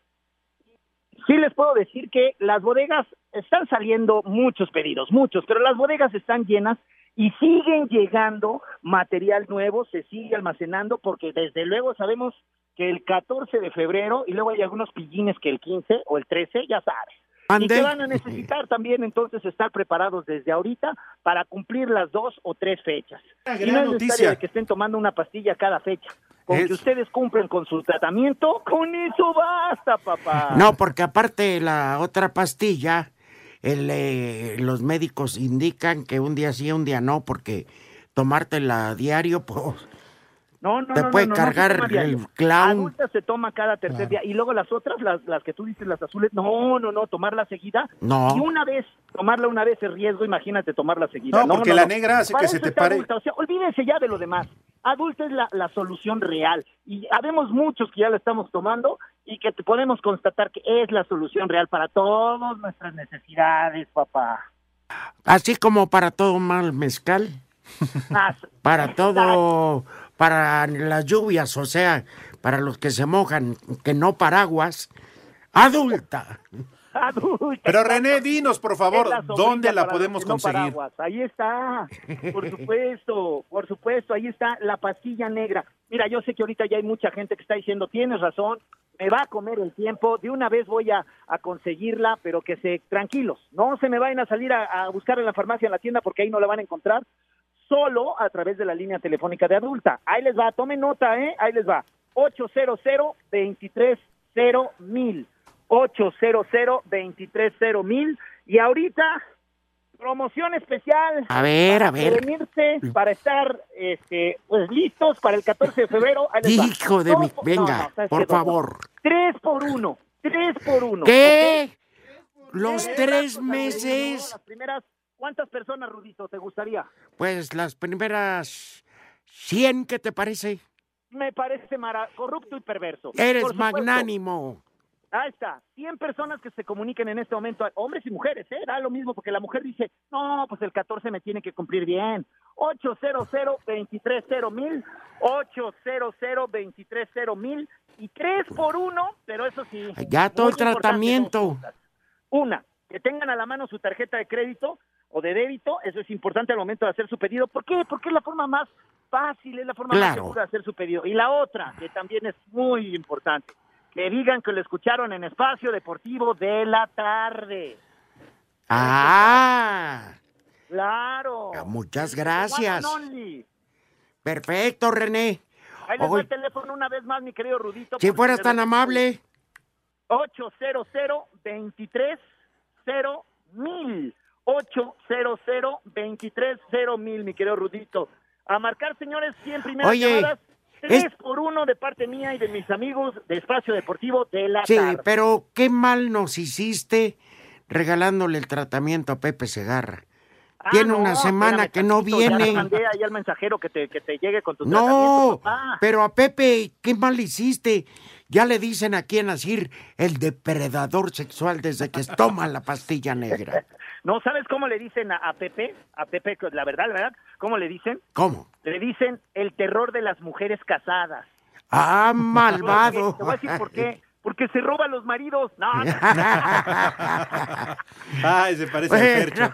Sí les puedo decir que las bodegas están saliendo muchos pedidos, muchos, pero las bodegas están llenas y siguen llegando material nuevo, se sigue almacenando porque desde luego sabemos que el catorce de febrero y luego hay algunos pillines que el quince o el trece, ya sabes. ¿Ande? Y que van a necesitar también entonces estar preparados desde ahorita para cumplir las dos o tres fechas. Una y gran no es noticia. necesario que estén tomando una pastilla cada fecha. Con es... que ustedes cumplen con su tratamiento, con eso basta, papá. No, porque aparte la otra pastilla, el, eh, los médicos indican que un día sí, un día no, porque tomártela a diario, pues... No, no, te no, puede no, no, cargar no el clown. Adulta se toma cada tercer claro. día. Y luego las otras, las, las que tú dices, las azules, no, no, no, tomarla seguida. No. Y una vez, tomarla una vez es riesgo, imagínate tomarla seguida. No, no porque no, la no. negra hace Para que se te pare. Adulta, o sea, olvídense ya de lo demás. Adulta es la, la solución real. Y habemos muchos que ya la estamos tomando y que te podemos constatar que es la solución real para todas nuestras necesidades, papá. Así como para todo mal mezcal. Ah, para todo... Para las lluvias, o sea, para los que se mojan, que no paraguas, adulta. Adulta. Pero René, dinos, por favor, ¿dónde la podemos no conseguir? Paraguas. Ahí está, por supuesto, por supuesto, ahí está la pastilla negra. Mira, yo sé que ahorita ya hay mucha gente que está diciendo, tienes razón, me va a comer el tiempo, de una vez voy a, a conseguirla, pero que se, tranquilos, no se me vayan a salir a, a buscar en la farmacia, en la tienda, porque ahí no la van a encontrar. Solo a través de la línea telefónica de adulta. Ahí les va, tomen nota, ¿eh? Ahí les va. ocho cero cero, veintitrés cero mil. ocho cero cero, veintitrés cero mil. Y ahorita, promoción especial. A ver, a ver. Prevenirse, para estar este, pues listos para el catorce de febrero. Ahí les va. Hijo de Dos, mi... Venga, no, no, por favor. Tres por uno. Tres por uno. ¿Qué? ¿Okay? Los ¿Qué? tres meses... Las primeras... ¿Cuántas personas, Rudito, te gustaría? Pues las primeras cien, ¿qué te parece? Me parece mara... corrupto y perverso. Eres magnánimo. Ahí está, cien personas que se comuniquen en este momento, hombres y mujeres, ¿eh? Da lo mismo, porque la mujer dice, no, pues el catorce me tiene que cumplir bien. ocho cero cero, veintitrés cero mil, ocho cero cero, veintitrés cero mil, y tres por uno, pero eso sí. Ya todo el tratamiento. Una, que tengan a la mano su tarjeta de crédito o de débito, eso es importante al momento de hacer su pedido. ¿Por qué? Porque es la forma más fácil, es la forma claro. más segura de hacer su pedido. Y la otra, que también es muy importante, que digan que lo escucharon en Espacio Deportivo de la Tarde. ¡Ah! ¡Claro! Muchas gracias. Perfecto, René. Ahí les doy el teléfono una vez más, mi querido Rudito. Si fueras tan amable. ocho cero cero, veintitrés cero mil. ocho cero cero, veintitrés cero mil, mi querido Rudito. A marcar, señores, cien primeras Oye, llamadas, tres es... por uno de parte mía y de mis amigos de Espacio Deportivo de la sí, Tarde. Sí, pero qué mal nos hiciste regalándole el tratamiento a Pepe Segarra. Ah, Tiene no, una semana espérame, que no tantito, viene. Ya le mandé ahí al mensajero que te, que te llegue con tu no, tratamiento, papá. Pero a Pepe, qué mal hiciste. Ya le dicen aquí en Asir el depredador sexual desde que toma la pastilla negra. No, ¿sabes cómo le dicen a, a Pepe? A Pepe, la verdad, la verdad, ¿cómo le dicen? ¿Cómo? Le dicen el terror de las mujeres casadas. ¡Ah, malvado! Te voy a decir por qué. Porque se roba a los maridos. No, no. Ay, se parece bueno. al Fercho.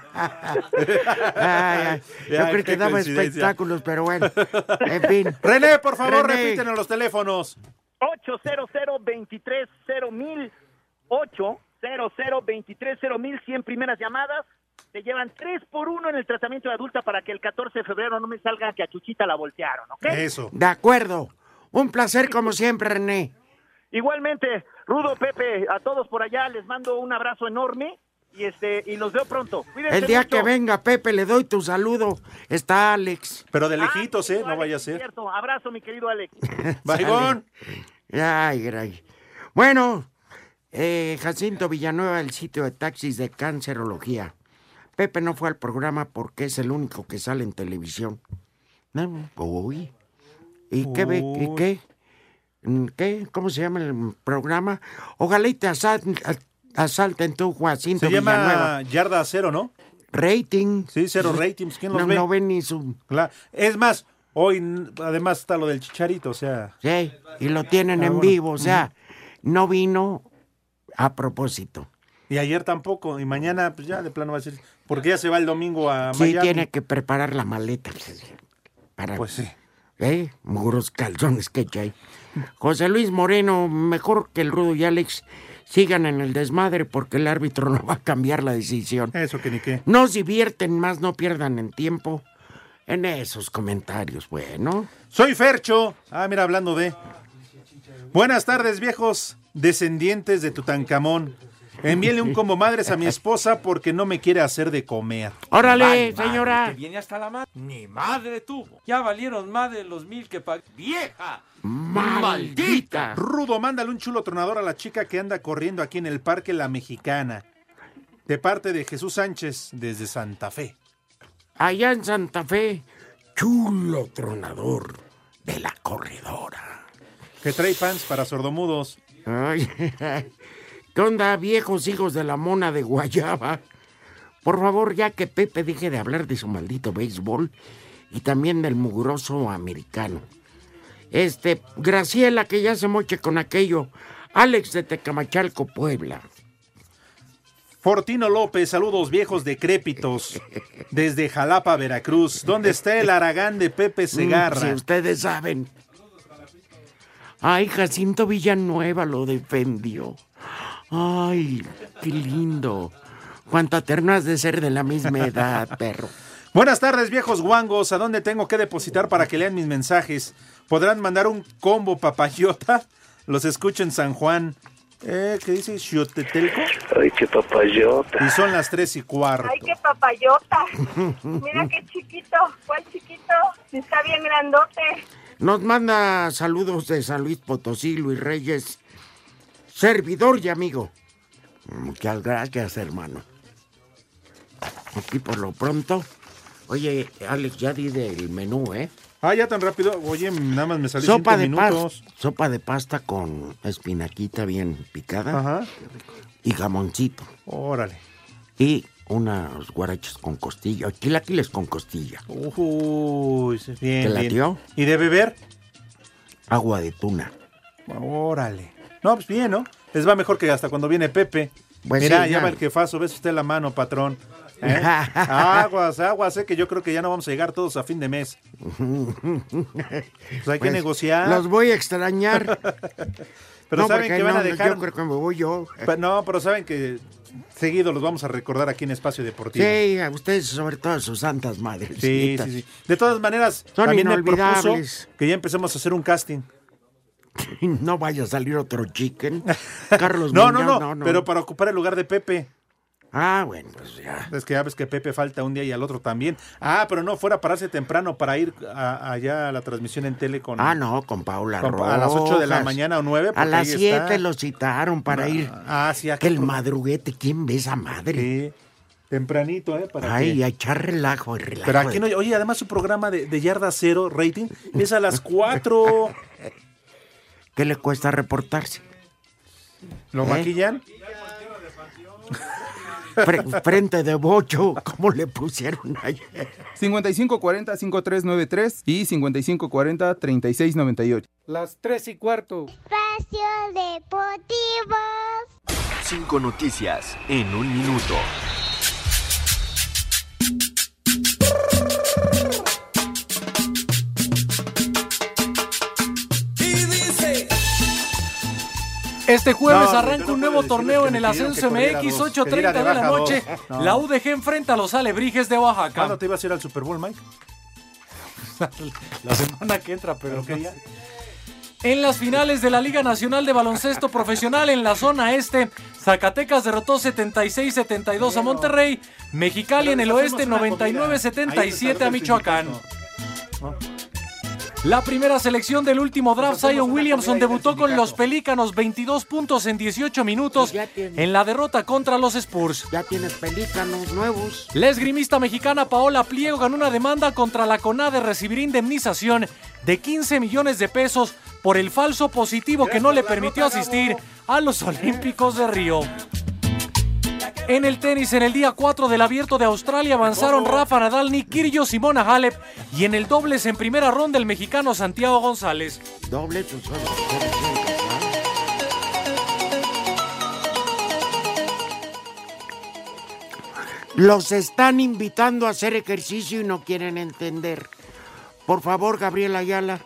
Ay, ay. Yo creo que daba espectáculos, pero bueno. En fin. René, por favor, René. repítenos los teléfonos. ocho cero cero, veintitrés cero mil. ocho cero cero, veintitrés cero mil. cien primeras llamadas. Te llevan tres por uno en el tratamiento de adulta para que el catorce de febrero no me salga que a Chuchita la voltearon, ¿ok? Eso. De acuerdo. Un placer como siempre, René. Igualmente, Rudo, Pepe, a todos por allá les mando un abrazo enorme y este y los veo pronto. Cuídense El día mucho. que venga, Pepe, le doy tu saludo. Está Alex. Pero de lejitos, Ah, ¿eh? sí, No Alex, vaya a es ser. cierto. Abrazo, mi querido Alex. Baigón. Ay, gray. Bueno, eh, Jacinto Villanueva, del sitio de taxis de Cancerología. Pepe no fue al programa porque es el único que sale en televisión. No, uy. ¿Y qué ve? ¿Y qué? ¿Qué? ¿Cómo se llama el programa? Ojalá y te asal- asalten tú, Jacinto Se llama Villanueva. Yarda Cero, ¿no? Rating. Sí, cero ratings. ¿Quién los no, ve? No ven ni su... Claro. Es más, hoy n- además está lo del Chicharito, o sea... Sí, y lo tienen Ah, en bueno. vivo, o sea, no vino a propósito. Y ayer tampoco, y mañana pues ya de plano va a ser... Porque ya se va el domingo a Sí, Miami. tiene que preparar la maleta. Para, Pues sí. ¿Eh? Muros calzones que hay. José Luis Moreno, mejor que el Rudo y Alex sigan en el desmadre porque el árbitro no va a cambiar la decisión. Eso que ni qué. Nos divierten más, no pierdan en tiempo en esos comentarios, bueno. Soy Fercho. Ah, mira, hablando de... Buenas tardes, viejos descendientes de Tutankamón. Envíele un combo madres a mi esposa porque no me quiere hacer de comer. Órale, Vale, señora. madre, que viene hasta la madre. Ni madre tuvo. Ya valieron más de los mil que pagué. ¡Vieja! ¡Maldita! Rudo, mándale un chulo tronador a la chica que anda corriendo aquí en el Parque La Mexicana. De parte de Jesús Sánchez, desde Santa Fe. Allá en Santa Fe, chulo tronador de la corredora. Que trae pants para sordomudos. Ay, ¿qué onda, viejos hijos de la mona de Guayaba? Por favor, ya que Pepe deje de hablar de su maldito béisbol y también del mugroso americano. Este, Graciela, que ya se moche con aquello. Alex de Tecamachalco, Puebla. Fortino López, saludos viejos decrépitos. Desde Jalapa, Veracruz. ¿Dónde está el Aragán de Pepe Segarra? Si ustedes saben. Ay, Jacinto Villanueva lo defendió. Ay, qué lindo. Cuánta terno has de ser de la misma edad, perro. Buenas tardes, viejos guangos. ¿A dónde tengo que depositar para que lean mis mensajes? ¿Podrán mandar un combo papayota? Los escucho en San Juan. Eh, ¿Qué dice? ¿Xiotetelco? Ay, qué papayota. Y son las tres y cuarto. Ay, qué papayota. Mira qué chiquito. ¿Cuál chiquito? Está bien grandote. Nos manda saludos de San Luis Potosí, Luis Reyes, servidor y amigo. Muchas gracias, hermano. Aquí por lo pronto. Oye, Alex, ya di del menú, ¿eh? Ah, ya tan rápido. Oye, nada más me salió Sopa cinco de minutos. pasta, sopa de pasta con espinaquita bien picada. Ajá. Y jamoncito. Órale. Y unas guarachas con costilla, chilaquiles con costilla. Uy, sí, bien, ¿Te bien. latió? ¿Y de beber? Agua de tuna. Órale. No, pues bien, ¿no? Les va mejor que hasta cuando viene Pepe. Pues Mira, sí, ya ya. va el jefazo, ves usted la mano, patrón. ¿Eh? Aguas, aguas, eh, que yo creo que ya no vamos a llegar todos a fin de mes. Pues hay que Pues, negociar. Los voy a extrañar. Pero No, saben porque que van no, a dejar. Yo creo que me voy yo. Pe- No, pero saben que seguido los vamos a recordar aquí en Espacio Deportivo. Sí, a ustedes, sobre todo a sus santas madres. Sí, sí, sí. De todas maneras, Son también me propuso inolvidables. que ya empecemos a hacer un casting. No vaya a salir otro chicken. Carlos No, no, Muñoz, no, pero para ocupar el lugar de Pepe. Ah, bueno, pues ya. Es que ya ves que Pepe falta un día y al otro también. Ah, pero no, fuera a pararse temprano para ir a- allá a la transmisión en tele con... Ah, no, con Paula con- a las ocho de la Rojas. mañana o nueve. A porque las ahí siete está. lo citaron para Ah, ir. Ah, sí, aquí. El madruguete, ¿quién ve esa madre? Sí, tempranito, ¿eh? Para Ay, que- a echar relajo y relajo. Pero aquí no... Oye, además su programa de, de Yarda Cero rating es a las cuatro. ¿Qué le cuesta reportarse? ¿Lo ¿Eh? maquillan? Fre- frente de bocho, ¿cómo le pusieron ayer? cincuenta y cinco cuarenta, cincuenta y tres noventa y tres y cincuenta y cinco cuarenta, treinta y seis noventa y ocho. Las tres y cuarto. Espacio Deportivo. Cinco noticias en un minuto. Este jueves No, arranca yo no un puedo nuevo decirles torneo que en me el pidieron Ascenso que corriera M X, dos, ocho que diera treinta de de la baja noche. dos. No. La U D G enfrenta a los Alebrijes de Oaxaca. ¿Cuándo te ibas a ir al Super Bowl, Mike? La semana que entra, pero Ok, ya. En las finales de la Liga Nacional de Baloncesto Profesional en la zona este, Zacatecas derrotó setenta y seis setenta y dos a Monterrey, Mexicali en el oeste noventa y nueve setenta y siete a Michoacán. La primera selección del último draft, Zion Williamson, debutó con los Pelícanos, veintidós puntos en dieciocho minutos en la derrota contra los Spurs. Ya tienes Pelícanos nuevos. La esgrimista mexicana Paola Pliego ganó una demanda contra la CONADE, recibirá indemnización de quince millones de pesos por el falso positivo que no le permitió asistir a los Olímpicos de Río. En el tenis, en el día cuatro del Abierto de Australia avanzaron Rafa Nadal, Nick Kyrgios, Simona Halep, y en el dobles en primera ronda el mexicano Santiago González. Doble, pues, los están invitando a hacer ejercicio y no quieren entender. Por favor, Gabriel Ayala.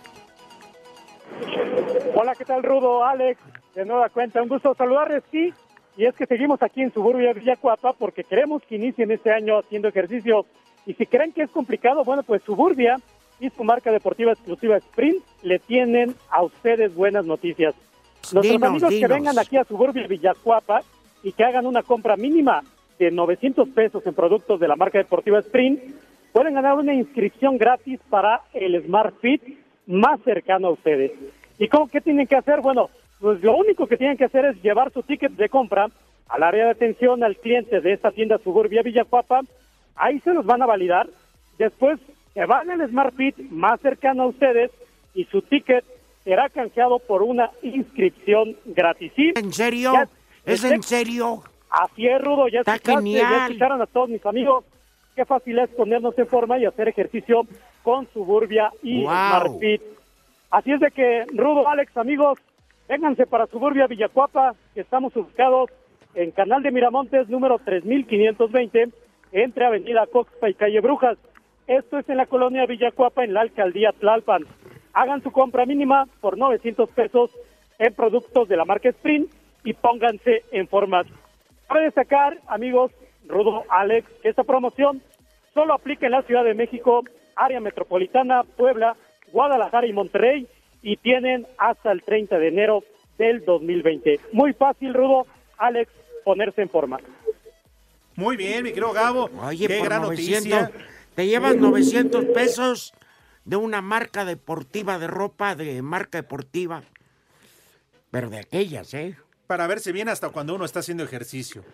Hola, ¿qué tal, Rudo, Alex? De nueva cuenta, un gusto saludarles, sí. Y es que seguimos aquí en Suburbia Villacuapa porque queremos que inicien este año haciendo ejercicio. Y si creen que es complicado, bueno, pues Suburbia y su marca deportiva exclusiva Sprint le tienen a ustedes buenas noticias. Nuestros dinos, amigos dinos. que vengan aquí a Suburbia Villacuapa y que hagan una compra mínima de novecientos pesos en productos de la marca deportiva Sprint, pueden ganar una inscripción gratis para el Smart Fit más cercano a ustedes. ¿Y cómo, qué tienen que hacer? Bueno, pues lo único que tienen que hacer es llevar su ticket de compra al área de atención al cliente de esta tienda Suburbia Villacuapa. Ahí se los van a validar. Después se van al Smart Fit más cercano a ustedes y su ticket será canjeado por una inscripción gratis. ¿Sí? ¿En serio? Ya, ¿Es este, en serio? Así es, Rudo. Ya Está escuchaste, ya genial. escucharon a todos mis amigos. Qué fácil es ponernos en forma y hacer ejercicio con Suburbia y Wow. Smart Fit. Así es de que, Rudo, Alex, amigos, vénganse para Suburbia Villacuapa, que estamos ubicados en Canal de Miramontes, número tres mil quinientos veinte, entre Avenida Coxpa y Calle Brujas. Esto es en la colonia Villacuapa, en la alcaldía Tlalpan. Hagan su compra mínima por novecientos pesos en productos de la marca Sprint y pónganse en forma. Cabe destacar, amigos, Rudo, Alex, que esta promoción solo aplica en la Ciudad de México, área metropolitana, Puebla, Guadalajara y Monterrey, y tienen hasta el treinta de enero del dos mil veinte. Muy fácil, Rudo, Alex, ponerse en forma. Muy bien, mi querido Gabo. Oye, qué por gran novecientos, noticia. te llevas novecientos pesos de una marca deportiva de ropa, de marca deportiva, pero de aquellas, ¿eh? Para verse bien hasta cuando uno está haciendo ejercicio.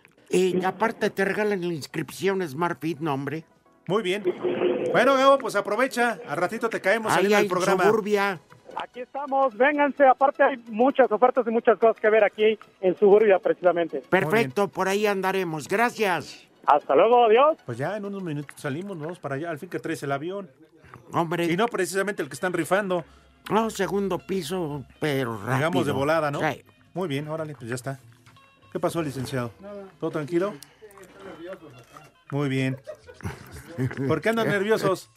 Y aparte te regalan la inscripción Smart Fit, no, hombre. Muy bien. Bueno, Gabo, pues aprovecha. Al ratito te caemos Ahí saliendo hay del programa. Suburbia. Aquí estamos, vénganse, aparte hay muchas ofertas y muchas cosas que ver aquí en Suburbia precisamente. Perfecto, por ahí andaremos. Gracias. Hasta luego, adiós. Pues ya en unos minutos salimos, nos vamos para allá. Al fin que traes el avión. Hombre. Y no precisamente el que están rifando. No, segundo piso, pero rápido. Llegamos de volada, ¿no? Sí. Muy bien, órale, pues ya está. ¿Qué pasó, licenciado? ¿Todo tranquilo? Muy bien. ¿Por qué andan nerviosos?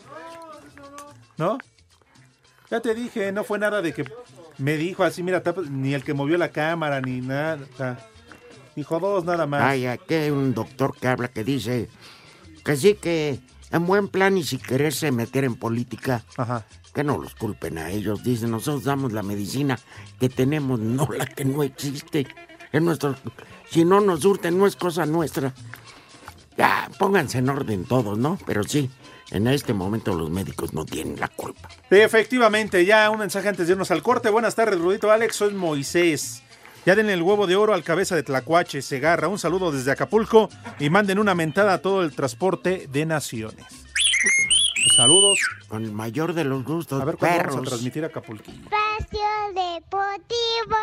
¿No? Ya te dije, no fue nada de que me dijo así, mira, tapa- ni el que movió la cámara, ni nada. O sea, dijo dos nada más. Ay, aquí hay un doctor que habla que dice que sí, que en buen plan y si quererse meter en política, Ajá. que no los culpen a ellos. Dicen, nosotros damos la medicina que tenemos, no la que no existe. Es nuestro, si no nos surten, no es cosa nuestra. Ya, pónganse en orden todos, ¿no? Pero sí, en este momento los médicos no tienen la culpa. Sí, efectivamente, ya un mensaje antes de irnos al corte. Buenas tardes, Rudito, Alex, soy Moisés. Ya denle el huevo de oro al cabeza de Tlacuache, Segarra. Un saludo desde Acapulco y manden una mentada a todo el transporte de naciones. Saludos. Con el mayor de los gustos, A ver cuándo perros. vamos a transmitir a Acapulco. Espacio Deportivo.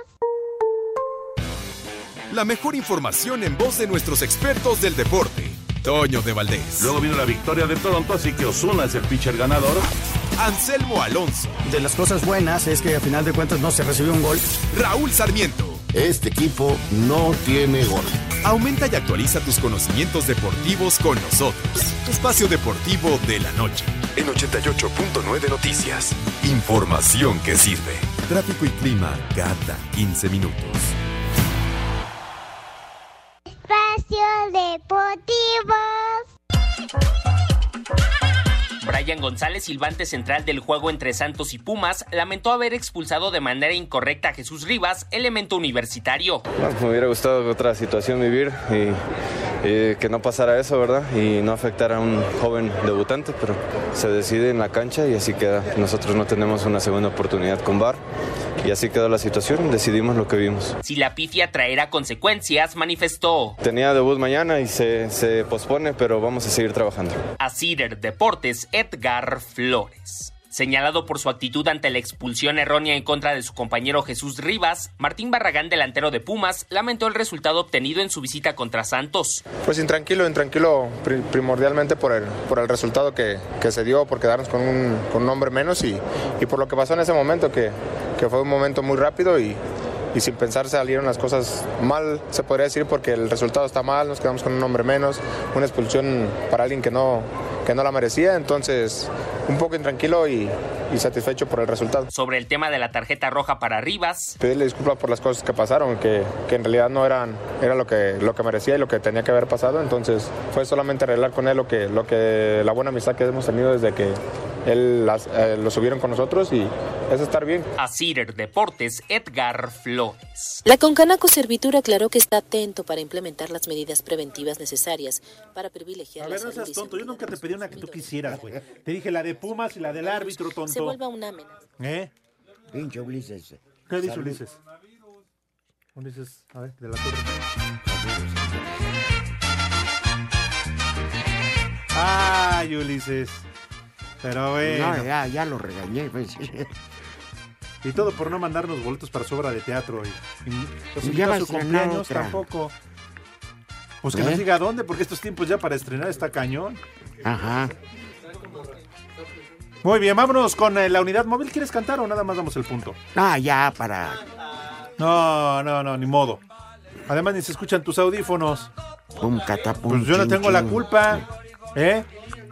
La mejor información en voz de nuestros expertos del deporte. Toño de Valdés. Luego vino la victoria de Toronto, así que Ozuna es el pitcher ganador. Anselmo Alonso. De las cosas buenas es que a final de cuentas no se recibió un gol. Raúl Sarmiento. Este equipo no tiene gol. Aumenta y actualiza tus conocimientos deportivos con nosotros. Espacio Deportivo de la Noche. En ochenta y ocho punto nueve Noticias. Información que sirve. Tráfico y clima cada quince minutos. Espacio Deportivo. Brian González, silbante central del juego entre Santos y Pumas, lamentó haber expulsado de manera incorrecta a Jesús Rivas, elemento universitario. Bueno, me hubiera gustado otra situación vivir y, y que no pasara eso, ¿verdad? Y no afectara a un joven debutante, pero se decide en la cancha y así queda. Nosotros no tenemos una segunda oportunidad con V A R y así quedó la situación, decidimos lo que vimos. Si la pifia traerá consecuencias, manifestó. Tenía debut mañana y se, se pospone, pero vamos a seguir trabajando. A Cider Deportes, Edgar Flores. Señalado por su actitud ante la expulsión errónea en contra de su compañero Jesús Rivas, Martín Barragán, delantero de Pumas, lamentó el resultado obtenido en su visita contra Santos. Pues intranquilo, intranquilo primordialmente por el, por el resultado que, que se dio, por quedarnos con un, con un hombre menos y, y por lo que pasó en ese momento, que, que fue un momento muy rápido y, y sin pensar salieron las cosas mal, se podría decir, porque el resultado está mal, nos quedamos con un hombre menos, una expulsión para alguien que no, que no la merecía, entonces un poco intranquilo y, y satisfecho por el resultado. Sobre el tema de la tarjeta roja para Rivas, pedirle disculpas por las cosas que pasaron, que, que en realidad no eran era lo que, lo que merecía y lo que tenía que haber pasado, entonces fue solamente arreglar con él lo que, lo que la buena amistad que hemos tenido desde que él las, eh, lo subieron con nosotros y eso estar bien. A Cider Deportes, Edgar Flores. La Concanaco Servitur aclaró que está atento para implementar las medidas preventivas necesarias para privilegiar a ver, la no seas tonto, yo nunca te pedí una que tú quisieras, güey. Te dije la de Pumas y la del árbitro, tonto. Se vuelva una amenaza. ¿Eh? Pinche Ulises. ¿Qué dice Salud. Ulises? Ulises, a ver, de la torre. Ay, Ulises. Pero bueno. No, ya, ya lo regañé. Pues. Y todo por no mandarnos boletos para su obra de teatro. Y, y los Ya invita va a a su estrenar cumpleaños otra. tampoco. Pues que ¿Eh? nos diga dónde, porque estos tiempos ya para estrenar está cañón. Ajá. Muy bien, vámonos con eh, la unidad móvil. ¿Quieres cantar o nada más damos el punto? Ah, ya, para... No, no, no, ni modo. Además ni se escuchan tus audífonos. Un catapum. Pues yo no tengo la culpa. ¿Eh?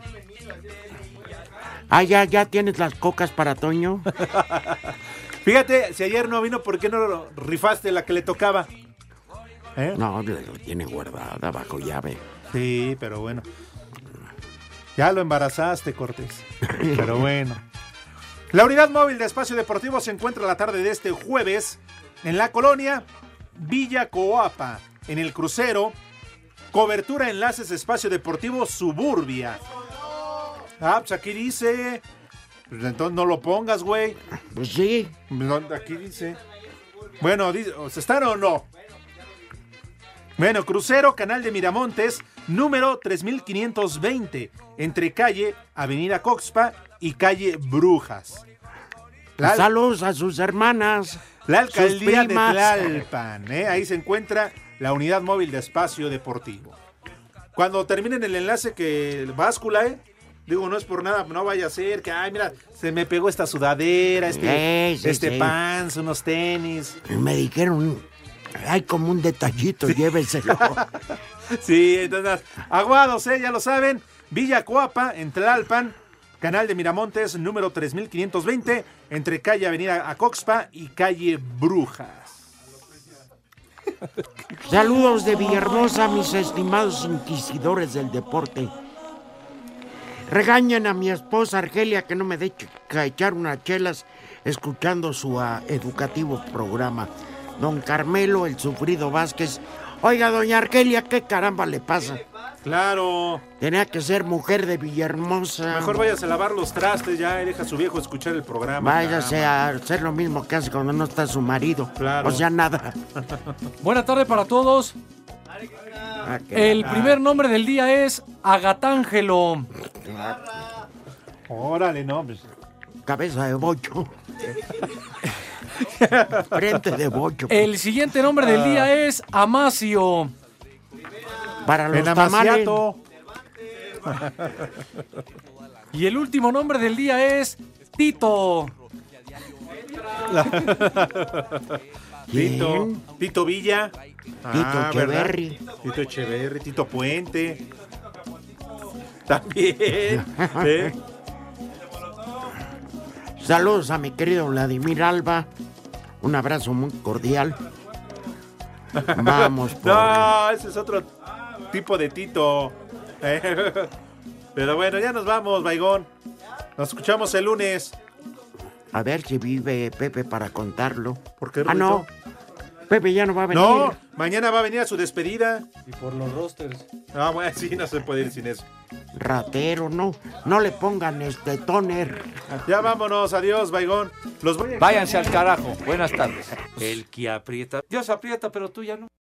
Ah, ya, ya tienes las cocas para Toño. Fíjate, si ayer no vino, ¿por qué no rifaste la que le tocaba? ¿Eh? No, lo tiene guardada bajo llave. Sí, pero bueno. Ya lo embarazaste, Cortés. Pero bueno. La unidad móvil de Espacio Deportivo se encuentra la tarde de este jueves en la colonia Villa Coapa, en el crucero. Cobertura Enlaces Espacio Deportivo Suburbia. Ah, pues aquí dice. Pues entonces no lo pongas, güey. Pues sí. No, aquí dice. Bueno, dice, ¿están o no? Bueno, crucero Canal de Miramontes, número tres mil quinientos veinte, entre calle Avenida Coxpa y calle Brujas. La, Saludos a sus hermanas. La alcaldía sus de Tlalpan, ¿eh? Ahí se encuentra la unidad móvil de Espacio Deportivo. Cuando terminen el enlace que báscula, ¿eh? Digo, no es por nada, no vaya a ser que, ay, mira, se me pegó esta sudadera, este, sí, sí, este sí. pants, unos tenis. Me dijeron, hay como un detallito, sí. Lléveselo. Sí, entonces, aguados, ¿eh? Ya lo saben. Villa Coapa, en Tlalpan, Canal de Miramontes, número tres mil quinientos veinte, entre calle Avenida Acoxpa y calle Brujas. Saludos de Villahermosa, mis estimados inquisidores del deporte. Regañan a mi esposa Argelia que no me deje echar unas chelas escuchando su uh, educativo programa. Don Carmelo, el sufrido Vázquez. Oiga, doña Argelia, ¿qué caramba le pasa? Claro. Tenía que ser mujer de Villahermosa. Mejor váyase a lavar los trastes ya y deja a su viejo escuchar el programa. Váyase a hacer lo mismo que hace cuando no está su marido. Claro. O sea, nada. Buena tarde para todos. El primer nombre del día es Agatángelo. Órale, no. Pues. Cabeza de bocho. Frente de bocho. El siguiente nombre del día es Amasio. Para los tamales. Y el último nombre del día es Tito. Tito, Tito Villa. Tito Ah, Echeverri. ¿verdad? Tito Echeverri, Tito Puente. También. ¿eh? Saludos a mi querido Vladimir Alba. Un abrazo muy cordial. Vamos por... No, ese es otro tipo de Tito. Pero bueno, ya nos vamos, Baigón. Nos escuchamos el lunes. A ver si vive Pepe para contarlo. ¿Por qué, Ah, no. Pepe ya no va a venir. No, mañana va a venir a su despedida. Y por los rosters. Ah, bueno, sí, no se puede ir sin eso. Ratero, no. No le pongan este toner. Ya vámonos, adiós, Baigón. Los voy a... Váyanse al carajo. Buenas tardes. El que aprieta. Dios aprieta, pero tú ya no.